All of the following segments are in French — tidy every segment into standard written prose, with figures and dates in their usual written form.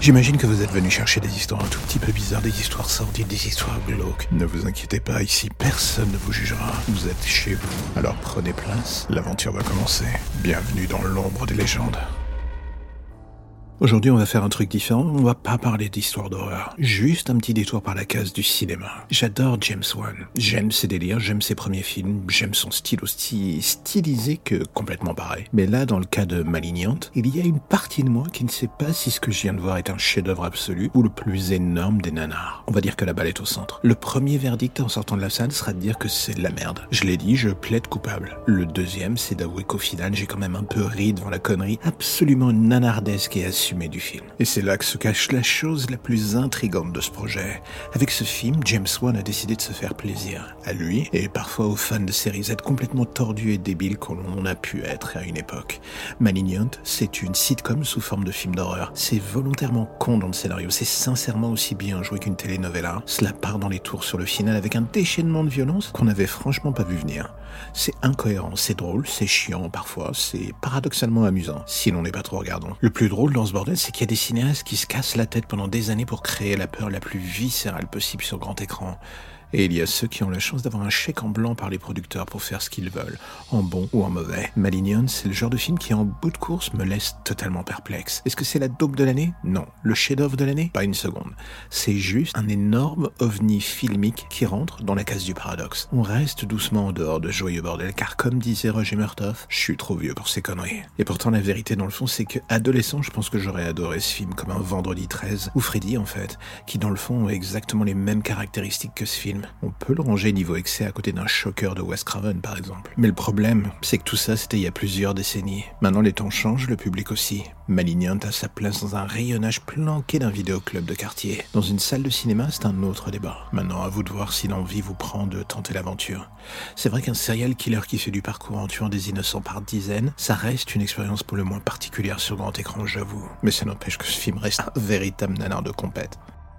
J'imagine que vous êtes venu chercher des histoires un tout petit peu bizarres, des histoires sordides, des histoires glauques. Ne vous inquiétez pas, ici personne ne vous jugera. Vous êtes chez vous, alors prenez place, l'aventure va commencer. Bienvenue dans l'ombre des légendes. Aujourd'hui, on va faire un truc différent, on va pas parler d'histoire d'horreur. Juste un petit détour par la case du cinéma. J'adore James Wan. J'aime ses délires, j'aime ses premiers films, j'aime son style aussi stylisé que complètement pareil. Mais là, dans le cas de Malignante, il y a une partie de moi qui ne sait pas si ce que je viens de voir est un chef-d'œuvre absolu ou le plus énorme des nanars. On va dire que la balle est au centre. Le premier verdict en sortant de la salle sera de dire que c'est de la merde. Je l'ai dit, je plaide coupable. Le deuxième, c'est d'avouer qu'au final, j'ai quand même un peu ri devant la connerie absolument nanardesque et assumée du film. Et c'est là que se cache la chose la plus intrigante de ce projet. Avec ce film, James Wan a décidé de se faire plaisir. À lui, et parfois aux fans de séries Z complètement tordus et débiles qu'on en a pu être à une époque. Malignante, c'est une sitcom sous forme de film d'horreur. C'est volontairement con dans le scénario, c'est sincèrement aussi bien joué qu'une telenovela. Cela part dans les tours sur le final avec un déchaînement de violence qu'on n'avait franchement pas vu venir. C'est incohérent, c'est drôle, c'est chiant parfois, c'est paradoxalement amusant, si l'on n'est pas trop regardant. Le plus drôle dans ce bordel, c'est qu'il y a des cinéastes qui se cassent la tête pendant des années pour créer la peur la plus viscérale possible sur grand écran. Et il y a ceux qui ont la chance d'avoir un chèque en blanc par les producteurs pour faire ce qu'ils veulent, en bon ou en mauvais. Malignante, c'est le genre de film qui en bout de course me laisse totalement perplexe. Est-ce que c'est la daube de l'année ? Non. Le chef-d'œuvre de l'année ? Pas une seconde. C'est juste un énorme ovni filmique qui rentre dans la case du paradoxe. On reste doucement en dehors de ce joyeux bordel, car comme disait Roger Murtaugh, je suis trop vieux pour ces conneries. Et pourtant la vérité dans le fond, c'est que adolescent, je pense que j'aurais adoré ce film comme un Vendredi 13, ou Freddy en fait, qui dans le fond ont exactement les mêmes caractéristiques que ce film. On peut le ranger niveau excès à côté d'un Shocker de Wes Craven par exemple. Mais le problème, c'est que tout ça c'était il y a plusieurs décennies. Maintenant les temps changent, le public aussi. Malignante a sa place dans un rayonnage planqué d'un vidéoclub de quartier. Dans une salle de cinéma, c'est un autre débat. Maintenant à vous de voir si l'envie vous prend de tenter l'aventure. C'est vrai qu'un serial killer qui fait du parcours en tuant des innocents par dizaines, ça reste une expérience pour le moins particulière sur grand écran, j'avoue. Mais ça n'empêche que ce film reste un véritable nanar de compète.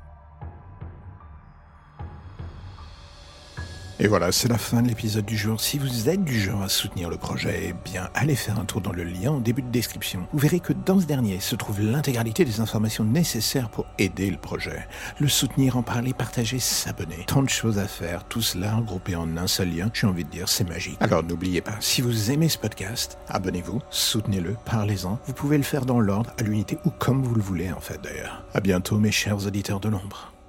Et voilà, c'est la fin de l'épisode du jour. Si vous êtes du genre à soutenir le projet, eh bien, allez faire un tour dans le lien en début de description. Vous verrez que dans ce dernier se trouve l'intégralité des informations nécessaires pour aider le projet. Le soutenir, en parler, partager, s'abonner. Tant de choses à faire, tout cela regroupé en un seul lien. J'ai envie de dire, c'est magique. Alors n'oubliez pas, si vous aimez ce podcast, abonnez-vous, soutenez-le, parlez-en. Vous pouvez le faire dans l'ordre, à l'unité ou comme vous le voulez en fait d'ailleurs. À bientôt mes chers auditeurs de l'ombre.